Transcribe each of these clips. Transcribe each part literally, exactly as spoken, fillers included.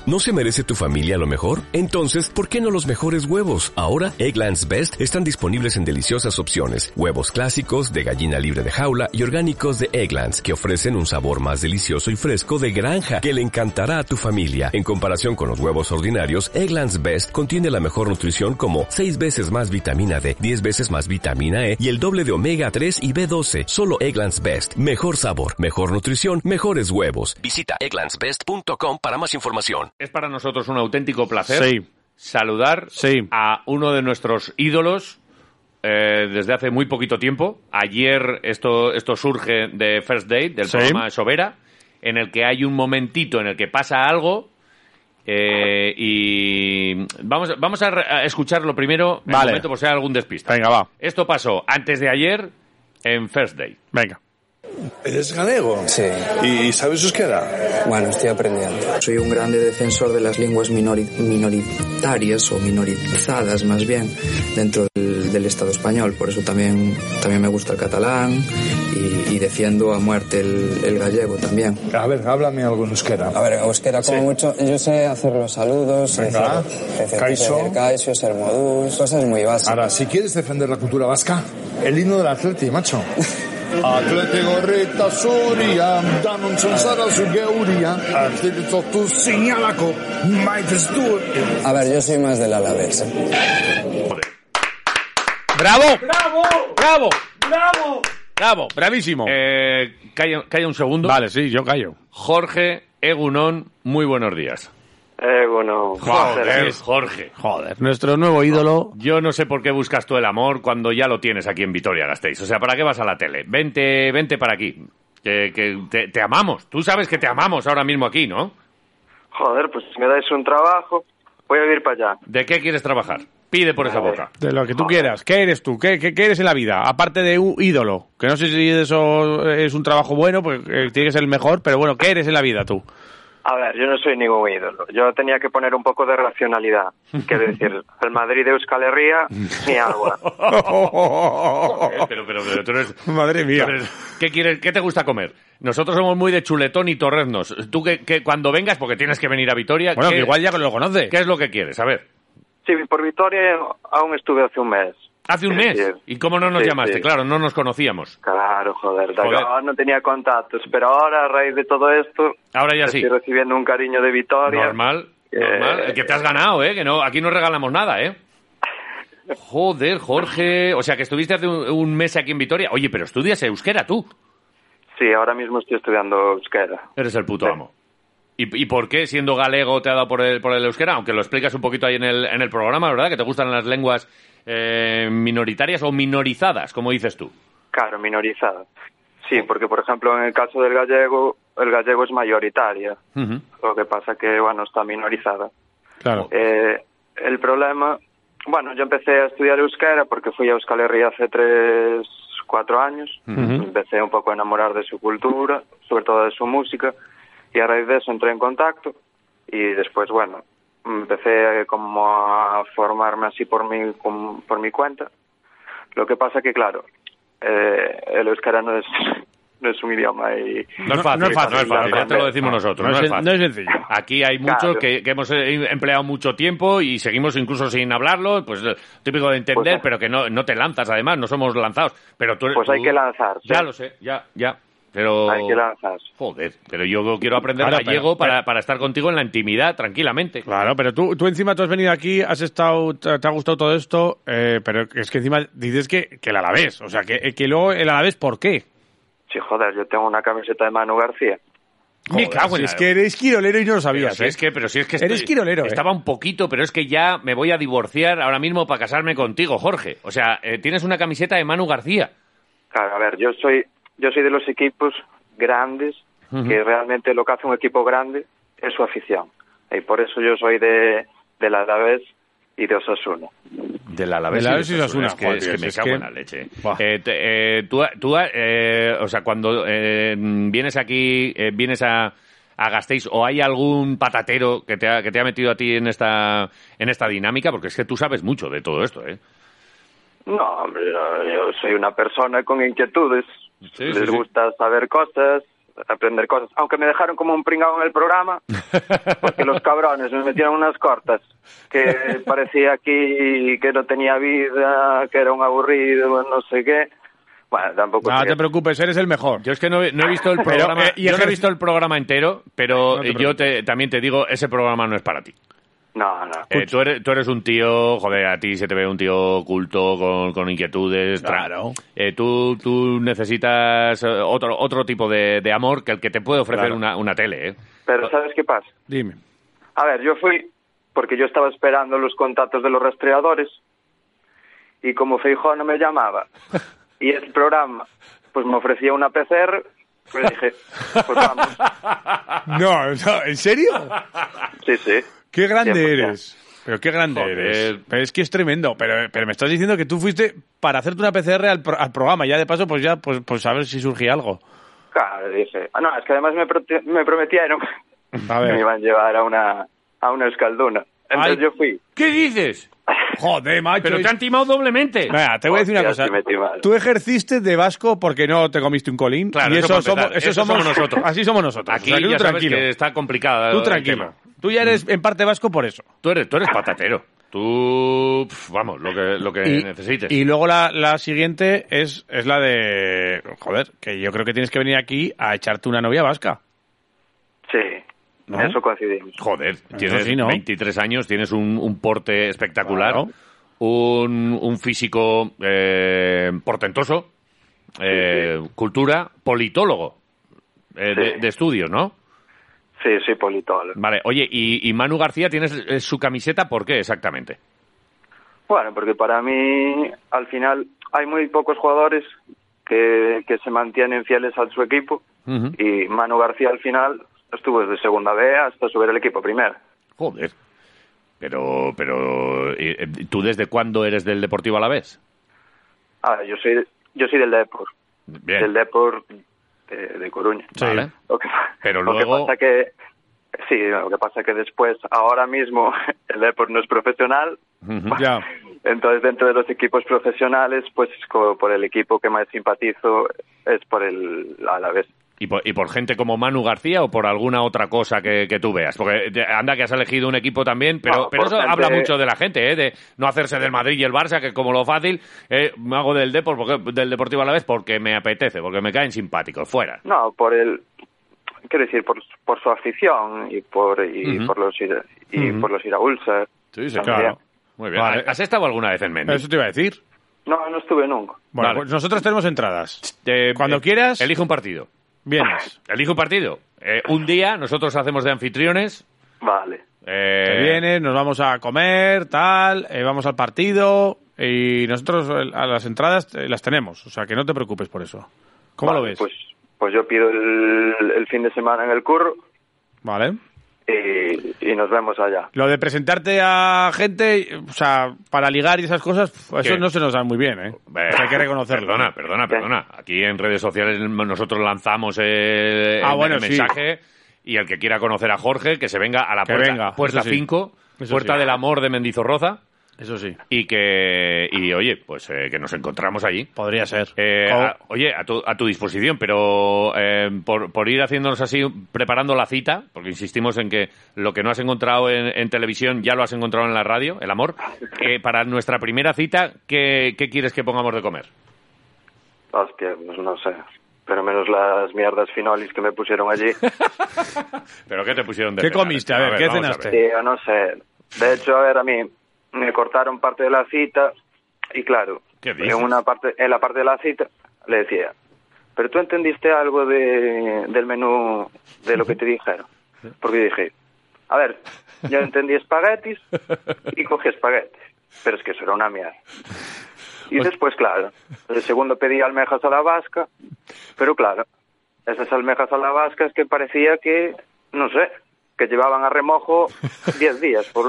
¿No se merece tu familia lo mejor? Entonces, ¿por qué no los mejores huevos? Ahora, Eggland's Best están disponibles en deliciosas opciones. Huevos clásicos, de gallina libre de jaula y orgánicos de Eggland's, que ofrecen un sabor más delicioso y fresco de granja, que le encantará a tu familia. En comparación con los huevos ordinarios, Eggland's Best contiene la mejor nutrición como seis veces más vitamina D, diez veces más vitamina E y el doble de omega tres y B doce. Solo Eggland's Best. Mejor sabor, mejor nutrición, mejores huevos. Visita egglands best punto com para más información. Es para nosotros un auténtico placer sí. saludar sí. a uno de nuestros ídolos eh, desde hace muy poquito tiempo. Ayer esto, esto surge de First Date, del sí. programa Sobera, en el que hay un momentito en el que pasa algo eh, y vamos, vamos a, re- a escucharlo primero en vale. un momento por si hay algún despista. Venga, va. Esto pasó antes de ayer en First Date. Venga. ¿Eres galego? Sí. ¿Y sabes euskera? Bueno, estoy aprendiendo. Soy un grande defensor de las lenguas minori- minoritarias o minorizadas, más bien, dentro del, del Estado español. Por eso también, también me gusta el catalán y, y defiendo a muerte el, el gallego también. A ver, háblame algo en euskera. A ver, euskera como Sí. mucho... Yo sé hacer los saludos, Venga. decir, Kaixo. decir kaixo, ser modus, cosas muy básicas. Ahora, si quieres defender la cultura vasca, el himno del Atleti, macho. Atleti gorrita zuria, danon zara zu geuria, Atleti zotu sinalako, maites du. A ver, yo soy más del Alavés. ¡Bravo! ¡Bravo! ¡Bravo! ¡Bravo! ¡Bravo! ¡Bravísimo! Eh, calla, calla un segundo. Vale, sí, yo callo. Jorge Egunon, muy buenos días. Eh, bueno, Joder, Jorge. Joder, nuestro nuevo ídolo. Yo no sé por qué buscas tú el amor cuando ya lo tienes aquí en Vitoria-Gasteiz. O sea, ¿para qué vas a la tele? Vente, vente para aquí. Que, que te, te amamos. Tú sabes que te amamos ahora mismo aquí, ¿no? Joder, pues si me dais un trabajo, voy a ir para allá. ¿De qué quieres trabajar? Pide por esa Vale. boca. De lo que tú quieras. ¿Qué eres tú? ¿Qué, qué, qué eres en la vida? Aparte de un ídolo. Que no sé si eso es un trabajo bueno, porque eh, tiene que ser el mejor, pero bueno, ¿qué eres en la vida tú? A ver, yo no soy ningún ídolo. Yo tenía que poner un poco de racionalidad. Quiero decir, el Madrid de Euskal Herria, ni agua. Eh, pero, pero, pero tú eres... Madre mía. tú eres- ¿Qué quieres? ¿Qué te gusta comer? Nosotros somos muy de chuletón y torreznos. Tú que, que cuando vengas, porque tienes que venir a Vitoria... Bueno, ¿qué, que igual ya lo conoce. ¿Qué es lo que quieres? A ver. Sí, por Vitoria aún estuve hace un mes. Hace un Sí, mes. sí. ¿Y cómo no nos Sí, llamaste? sí. Claro, no nos conocíamos. Claro, joder, Joder. no, no tenía contactos, pero ahora, a raíz de todo esto, Ahora ya sí. estoy recibiendo un cariño de Vitoria. Normal, Eh, normal. Que te has ganado, ¿eh? Que no, aquí no regalamos nada, ¿eh? Joder, Jorge. O sea, que estuviste hace un, un mes aquí en Vitoria. Oye, pero estudias euskera tú. Sí, ahora mismo estoy estudiando euskera. Eres el puto Sí. amo. ¿Y, ¿Y por qué, siendo galego, te ha dado por el, por el euskera? Aunque lo explicas un poquito ahí en el, en el programa, ¿verdad? Que te gustan las lenguas eh, minoritarias o minorizadas, como dices tú. Claro, minorizada. Sí, porque, por ejemplo, en el caso del gallego, el gallego es mayoritaria. Ujú. Lo que pasa que, bueno, está minorizada. Claro. Eh, el problema... Bueno, yo empecé a estudiar euskera porque fui a Euskal Herria hace tres, cuatro años. Ujú. Empecé un poco a enamorar de su cultura, sobre todo de su música, y a raíz de eso entré en contacto y después, bueno, empecé como a formarme así por mi, com- por mi cuenta. Lo que pasa que, claro, eh, el euskera no es, no es un idioma y... No es fácil, no es fácil, no es fácil, ya te lo decimos No, nosotros, no no, es es sen- fácil. no es sencillo. Aquí hay muchos Claro. que, que hemos eh, empleado mucho tiempo y seguimos incluso sin hablarlo, pues eh, típico de entender, Pues, pero que no, no te lanzas además, no somos lanzados. Pero tú, Pues hay tú- que lanzarse. Ya lo sé, ya, ya. Pero... Hay que lanzarse. Joder, pero yo quiero aprender Claro, gallego pero- para, pero- para estar contigo en la intimidad, tranquilamente. Claro, pero tú, tú encima tú has venido aquí, has estado, te, te ha gustado todo esto, eh, pero es que encima dices que, que el Alavés, o sea, que, que luego el Alavés, ¿por qué? Sí, joder, yo tengo una camiseta de Manu García. Me cago en si la- es que eres quirolero y no lo Pero sabías, si ¿eh? es que, pero si es que Eres estoy- quirolero, ¿eh? Estaba un poquito, pero es que ya me voy a divorciar ahora mismo para casarme contigo, Jorge. O sea, eh, tienes una camiseta de Manu García. Claro, a ver, yo soy, yo soy de los equipos grandes, Ujú. que realmente lo que hace un equipo grande es su afición. Y por eso yo soy de del Alavés y de Osasuna. Del Alavés Del Alavés y de Osasuna. Es que, Joder, es que tío, me es cago que- en la leche. Buah. Eh, te- eh, tú, tú eh, o sea, cuando eh, vienes aquí, eh, vienes a, a Gasteiz, o hay algún patatero que te, ha, que te ha metido a ti en esta, en esta dinámica, porque es que tú sabes mucho de todo esto, ¿eh? No, hombre, yo, yo soy una persona con inquietudes. Sí, Les sí, sí. gusta saber cosas aprender cosas. Aunque me dejaron como un pringado en el programa, porque los cabrones me metieron unas cortas que parecía aquí que no tenía vida, que era un aburrido, no sé qué. Bueno, tampoco... No, no te preocupes, eres el mejor. Yo es que no, he- no he visto el programa, Pero, eh, y yo no he ejer- visto el programa entero, pero No te eh, yo te, también te digo, ese programa no es para ti. No, no. Eh, tú, eres, tú eres un tío, joder, a ti se te ve un tío culto, con, con inquietudes. tra- Claro. Eh, tú, tú necesitas eh, otro otro tipo de, de amor que el que te puede ofrecer Claro. una, una tele, ¿eh? Pero ¿sabes qué pasa? Dime. A ver, yo fui porque yo estaba esperando los contactos de los rastreadores y como Feijóo no me llamaba y el programa pues me ofrecía una P C R, pues dije, pues vamos. No, no, ¿en serio? Sí, sí. Qué grande cien por ciento. eres. Pero qué grande Joder. eres. Pero es que es tremendo. Pero, pero me estás diciendo que tú fuiste para hacerte una P C R al, pro- al programa. Ya de paso, pues ya, pues, pues a ver si surgía algo. Claro, dije. Ah, no, es que además me, prote- me prometieron A que ver. me iban a llevar a una, a una escalduna. Entonces Ay. yo fui. ¿Qué dices? Joder, macho. Pero te han timado doblemente. Venga, te voy a decir una Hostia, cosa. sí me timaron. Tú ejerciste de vasco porque no te comiste un colín. Claro, y eso eso, para somos, empezar. eso Eso somos somos nosotros. Así somos nosotros. Aquí O sea, que tú ya sabes tranquilo. que está complicado Tú el tranquilo. tema. Tú ya eres en parte vasco por eso. Tú eres, tú eres patatero. Tú, pf, vamos, lo que, lo que Y, necesites. y luego la, la siguiente es, es la de... Joder, que yo creo que tienes que venir aquí a echarte una novia vasca. Sí, ¿No? en eso coincidimos. Joder, tienes sí, ¿no? veintitrés años, tienes un, un porte espectacular, Claro. un, un físico eh, portentoso, eh, cultura, politólogo eh, de, Sí. de estudios, ¿no? Sí, sí, politólogo. Vale, oye, y, y Manu García, ¿tienes eh, su camiseta por qué exactamente? Bueno, porque para mí, al final, hay muy pocos jugadores que, que se mantienen fieles a su equipo. Ujú. Y Manu García, al final, estuvo desde segunda B hasta subir el equipo primero. Joder. Pero, pero, eh, eh, ¿tú desde cuándo eres del Deportivo Alavés? A ver, yo soy, yo soy del Depor. Bien. Del Depor de, de Coruña. Vale. Lo que, Pero lo luego- que pasa que... Sí, lo que pasa que después, ahora mismo, el Depor no es profesional. Ujú. Ya. Entonces, dentro de los equipos profesionales, pues como por el equipo que más simpatizo es por el Alavés. ¿Y por, ¿Y por gente como Manu García o por alguna otra cosa que, que tú veas? Porque te- anda que has elegido un equipo también, pero, No, pero por eso gente- habla mucho de la gente, ¿eh? De no hacerse del Madrid y el Barça, que como lo fácil, eh, me hago del Depor, porque, del Deportivo Alavés porque me apetece, porque me caen simpáticos, fuera. No, por el... Quiero decir, por, por su afición y por y Ujú. por los ira- y Ujú. por los iraulsa. Sí, sí, también. claro. Muy bien. Vale. ¿Has estado alguna vez en Mendy? Eso te iba a decir. No, no estuve nunca. Bueno, Vale. pues nosotros tenemos entradas. Eh, Cuando eh, quieras, Elige un partido. vienes. Elige un partido. Eh, un día nosotros hacemos de anfitriones. Vale. Eh, Te vienes, nos vamos a comer, tal, eh, vamos al partido y nosotros eh, a las entradas eh, las tenemos. O sea, que no te preocupes por eso. ¿Cómo Vale, lo ves? Pues, pues yo pido el, el fin de semana en el curro Vale. y, y nos vemos allá. Lo de presentarte a gente, o sea, para ligar y esas cosas, pf, eso ¿Qué? no se nos da muy bien, ¿eh? Eh, Eso hay que reconocerlo. Perdona, perdona, perdona. Aquí en redes sociales nosotros lanzamos el, Ah, el- bueno, el sí. mensaje y el que quiera conocer a Jorge, que se venga a la Que puerta, venga, puerta eso sí. cinco, Eso Puerta sí. del Amor de Mendizorroza, Eso sí. y que, y oye, pues eh, que nos encontramos allí. Podría ser. Eh, O- a- oye, a tu, a tu disposición, pero eh, por, por ir haciéndonos así, preparando la cita, porque insistimos en que lo que no has encontrado en, en televisión ya lo has encontrado en la radio, el amor. Eh, para nuestra primera cita, ¿qué, qué quieres que pongamos de comer? Hostia, pues no sé. Pero menos las mierdas finolis que me pusieron allí. ¿Pero qué te pusieron de ¿Qué cenar? comiste? A ver, ¿qué vamos cenaste? ver. Sí, yo no sé. De hecho, a ver, a mí me cortaron parte de la cita y claro, ¿Qué dices? en una parte, en la parte de la cita le decía, pero tú entendiste algo de, del menú de lo que te dijeron. Porque dije, a ver, yo entendí espaguetis y cogí espaguetis, pero es que eso era una mierda. Y después, claro, el segundo pedí almejas a la vasca, pero claro, esas almejas a la vasca es que parecía que, no sé, que llevaban a remojo diez días. Por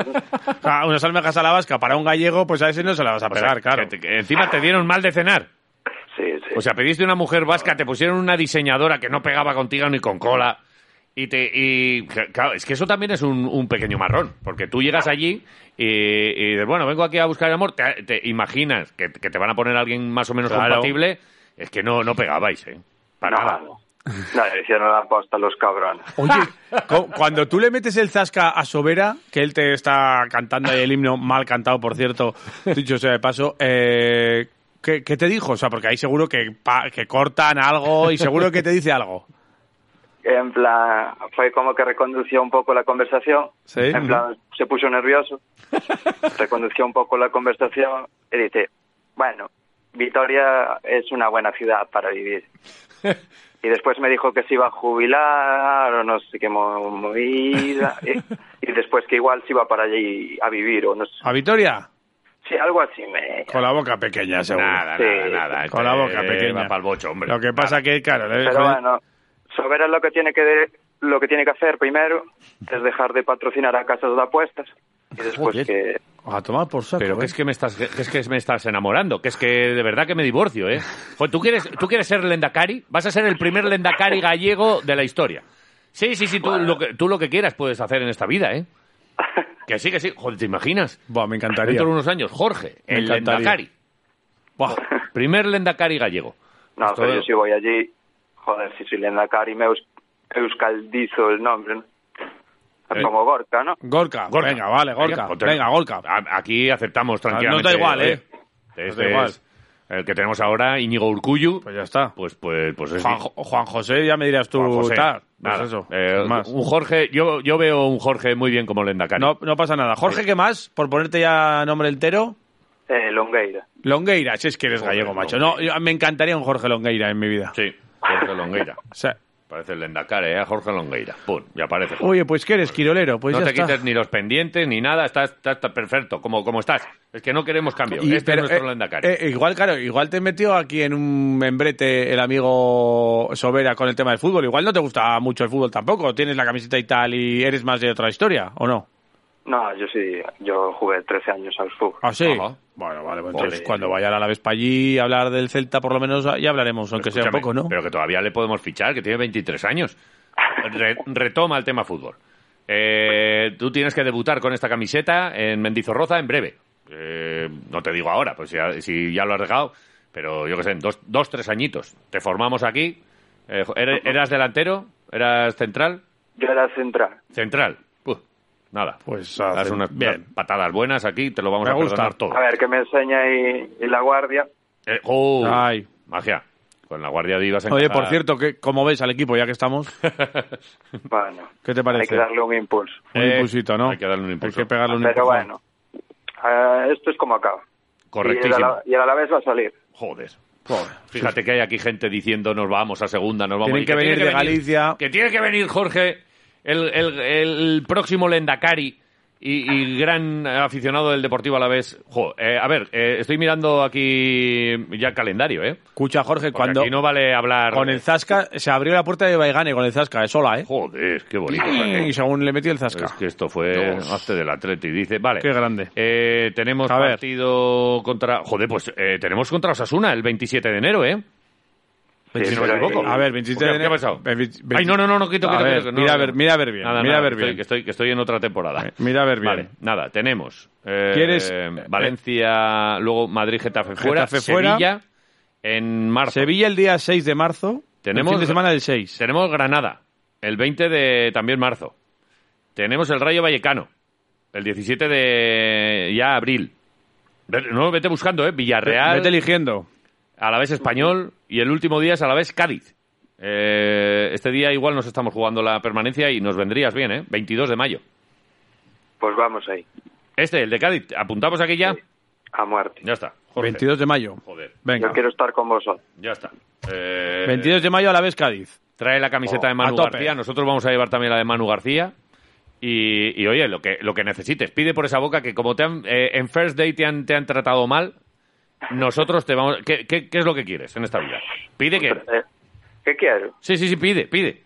Ah, unas almejas a la vasca para un gallego, pues a ese no se la vas a O sea, pegar, claro. que te- que encima te dieron mal de cenar. Sí, sí. O sea, pediste una mujer vasca, te pusieron una diseñadora que no pegaba contigo ni con cola. Y te y claro, es que eso también es un, un pequeño marrón, porque tú llegas allí y, y dices, bueno, vengo aquí a buscar el amor, te, te imaginas que, que te van a poner a alguien más o menos Claro. compatible, es que no, no pegabais, ¿eh? Para No, nada. no. No, le hicieron la aposta a los cabrones. Oye, cu- cuando tú le metes el zasca a Sobera, que él te está cantando ahí el himno, mal cantado, por cierto, dicho sea de paso, eh, ¿qué, qué te dijo? O sea, porque ahí seguro que, pa- que cortan algo y seguro que te dice algo. En plan, fue como que recondució un poco la conversación. Sí. En plan, se puso nervioso. Recondució un poco la conversación y dice, bueno, Vitoria es una buena ciudad para vivir. Y después me dijo que se iba a jubilar o no sé qué mo- movida. Y, y después que igual se iba para allí a vivir o no sé. ¿A Vitoria? Sí, algo así me... Con la boca pequeña, seguro. Nada, Sí. nada, nada. Con la boca Eh, pequeña. Va para el bocho, hombre. Lo que pasa Nada. que, claro... le- Pero bueno, Sobera lo que tiene que lo que tiene que hacer primero es dejar de patrocinar a casas de apuestas y después Joder. que... A tomar por saco, Pero que ¿eh? es que me estás, que es que me estás enamorando, que es que de verdad que me divorcio, ¿eh? Joder, ¿tú quieres, tú quieres ser Lendakari? Vas a ser el primer Lendakari gallego de la historia. Sí, sí, sí, tú, lo que, tú lo que quieras puedes hacer en esta vida, ¿eh? Que sí, que sí. Joder, ¿te imaginas? Buah, me encantaría. Dentro de unos años, Jorge, Me el encantaría. Lendakari. Buah, primer Lendakari gallego. No, Esto- pero yo si voy allí, joder, si soy Lendakari me eus- euskaldizo el nombre, ¿no? Eh. Como Gorka, ¿no? Gorka. Gorka. Venga, vale, Gorka. ponte- Venga, Gorka. A- Aquí aceptamos tranquilamente. Nos da igual, ¿eh? Este Nos da igual. es el que tenemos ahora, Íñigo Urcullu. Pues ya está. Pues, pues, pues es Juan, Juan José, ya me dirás tú, Juan José. tal. Pues Nada. eso. Eh, sin más. un Jorge, yo, yo veo un Jorge muy bien como Lendakari. No, no pasa nada. Jorge, ¿qué más? Por ponerte ya nombre entero. Eh, Longueira. Longueira, si es que eres Joder, gallego, macho. No, yo- me encantaría un Jorge Longueira en mi vida. Sí, Jorge Longueira. O sea, Parece el Lendakari, ¿eh? Jorge Longueira. Pum, ya aparece. oye, pues ¿qué eres, quirolero? Pues no ya te está. quites ni los pendientes ni nada, estás, estás, estás perfecto, como, como estás. Es que no queremos cambio. Y- este pero, es nuestro eh, Lendakari. eh, igual, claro, igual te metió aquí en un membrete el amigo Sobera con el tema del fútbol. Igual no te gusta mucho el fútbol tampoco. Tienes la camiseta y tal y eres más de otra historia, ¿o no? No, yo sí, yo jugué trece años al fútbol. ¿Ah, sí? Ajá. Bueno, vale, pues Joder. entonces cuando vaya a la vez para allí a hablar del Celta, por lo menos ya hablaremos, aunque sea un Escúchame, poco, ¿no? Pero que todavía le podemos fichar, que tiene veintitrés años. Re- retoma el tema fútbol. Eh, tú tienes que debutar con esta camiseta en Mendizorroza en breve. Eh, no te digo ahora, pues ya- si ya lo has dejado, pero yo qué sé, en dos, dos, tres añitos. Te formamos aquí. Eh, ¿eres- ¿Eras delantero? ¿Eras central? Yo era central. Central. Uf, nada. Pues Das hacen- unas, bien. unas patadas buenas aquí, te lo vamos Me a gusta. perdonar todo. A ver, que me enseña ahí y la guardia. Eh, ¡oh! Ay. Magia. Con la guardia de ibas a Oye, encajar. por cierto, que ¿cómo ves al equipo ya que estamos? Bueno, ¿Qué te parece? hay que darle un impulso. Un Eh, impulsito, ¿no? hay que darle un impulso. Hay que pegarle un Pero empujón. bueno, eh, esto es como acaba. Correctísimo. Y el, Ala- y el Alavés va a salir. Joder. Fíjate que hay aquí gente diciendo nos vamos a segunda, nos vamos. Tienen Y que venir tiene de Galicia. Que tiene que venir Jorge, el, el, el próximo Lendakari y, y gran aficionado del Deportivo Alavés. Jo, eh, a ver, eh, estoy mirando aquí ya el calendario, ¿eh? Escucha, Jorge, Porque cuando aquí no vale hablar... con el Zasca se abrió la puerta de Baigane con el Zasca de sola, ¿eh? Joder, qué bonito. Y según le metió el Zasca. Es que esto fue hazte del Atleti. Dice, vale. Qué grande. Eh, tenemos A ver. partido contra... Joder, pues eh, tenemos contra Osasuna el veintisiete de enero, ¿eh? Sí, Si no me pero equivoco. ahí- A ver, veintisiete ¿Qué, de ¿Qué ha enero- pasado? veinte- Ay, no, no, no, no, quito, A quito, ver, quito, no, mira a no. ver, mira a ver bien, Nada, mira a nada, ver que estoy- bien. Que estoy, que estoy en otra temporada. Eh, mira a ver bien. Vale, nada, tenemos eh, ¿Quieres- eh, Valencia, luego Madrid, Getafe fuera, Getafe fuera. Sevilla en marzo. Sevilla el día seis de marzo. Tenemos- el fin de semana del seis. Tenemos Granada, el veinte de también marzo. Tenemos el Rayo Vallecano, el diecisiete de ya abril. Ve- No, vete buscando, ¿eh? Villarreal, Vete eligiendo. Alavés Español y el último día es Alavés Cádiz. Eh, este día igual nos estamos jugando la permanencia y nos vendrías bien, ¿eh? veintidós de mayo. Pues vamos ahí, Este, el de Cádiz, ¿apuntamos aquí ya? a muerte. Ya está. Jorge. veintidós de mayo. Joder, Venga. Yo quiero estar con vosotros. ya está. Eh, veintidós de mayo a la vez Cádiz. Trae la camiseta Oh, de Manu a tope. García. Nosotros vamos a llevar también la de Manu García. Y, y, oye, lo que, lo que necesites. Pide por esa boca que como te han, eh, en First Day te han, te han tratado mal, nosotros te vamos... ¿Qué, qué, qué es lo que quieres en esta vida? Pide que... Eh, ¿Qué quiero? Sí, sí, sí, pide, pide.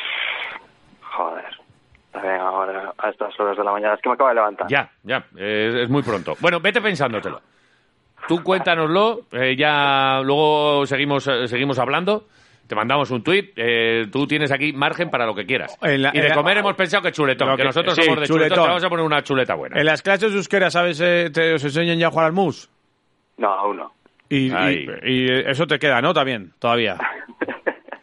Joder. Venga, ahora a estas horas de la mañana. Es que me acabo de levantar. Ya, ya, es, es muy pronto. Bueno, vete pensándotelo. Tú cuéntanoslo, eh, ya luego seguimos, eh, seguimos hablando. Te mandamos un tuit. Eh, tú tienes aquí margen para lo que quieras. En la- y de en la- comer hemos pensado que chuletón. Lo Que, que- nosotros sí, somos de chuletón. chuletón. Te vamos a poner una chuleta buena. En las clases de euskera, ¿sabes? Eh, te, os enseñan ya a jugar al mus. No, aún no. Y, Ay. y, y eso te queda, ¿no? También, todavía.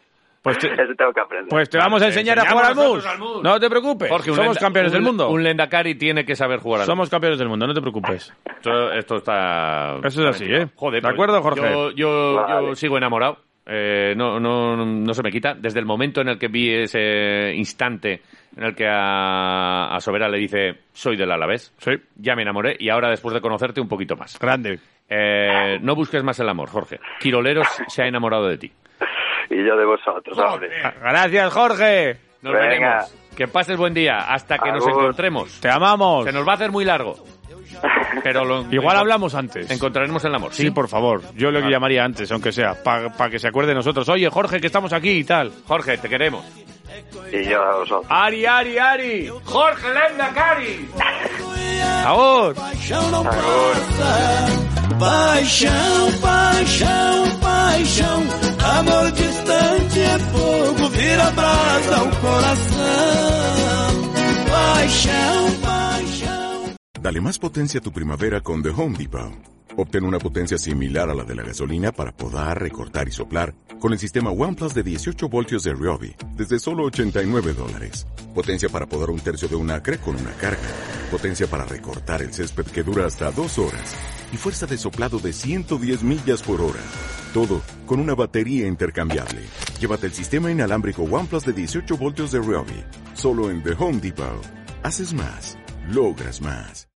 Pues te, Eso tengo que aprender. pues te vamos a enseñar a jugar al mus. al mus. No te preocupes. Jorge, un Somos lenda- campeones un- del mundo. Un Lendakari tiene que saber jugar al Somos campeones del mundo, no te preocupes. Esto, esto está... Eso es así, ¿eh? Joder, ¿De pues, acuerdo, Jorge? Yo, yo, Vale. yo sigo enamorado. Eh, no, no, no se me quita. Desde el momento en el que vi ese instante en el que a, a Sobera le dice soy del Alavés, Sí. ya me enamoré y ahora después de conocerte un poquito más. Grande. Eh, no busques más el amor, Jorge. Quiroleros se ha enamorado de ti. Y yo de vosotros, hombre. Gracias, Jorge. Nos Venga. veremos. Que pases buen día hasta que nos Agur. encontremos. Te amamos. Se nos va a hacer muy largo. Pero lo, Igual hablamos antes. encontraremos el amor. Sí, por favor. Yo lo que llamaría antes, aunque sea, para que se acuerde de nosotros. Oye, Jorge, que estamos aquí y tal. Jorge, te queremos. Y yo a vosotros. Ari, Ari, Ari. Jorge Lendakari. Agur. Paixão não passa, paixão, paixão, paixão. Amor distante é fogo, vira brasa ao coração. Paixão, paixão. Dale más potencia a tu primavera con The Home Depot. Obtén una potencia similar a la de la gasolina para podar, recortar y soplar con el sistema OnePlus de dieciocho voltios de Ryobi desde solo ochenta y nueve dólares. Potencia para podar un tercio de un acre con una carga. Potencia para recortar el césped que dura hasta dos horas. Y fuerza de soplado de ciento diez millas por hora. Todo con una batería intercambiable. Llévate el sistema inalámbrico OnePlus de dieciocho voltios de Ryobi. Solo en The Home Depot. Haces más. Logras más.